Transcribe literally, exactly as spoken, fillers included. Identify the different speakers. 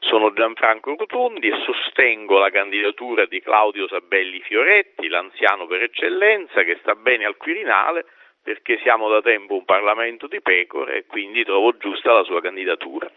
Speaker 1: Sono Gianfranco Rotondi e sostengo la candidatura di Claudio Sabelli Fioretti, l'anziano per eccellenza, che sta bene al Quirinale perché siamo da tempo un Parlamento di pecore e quindi trovo giusta la sua candidatura.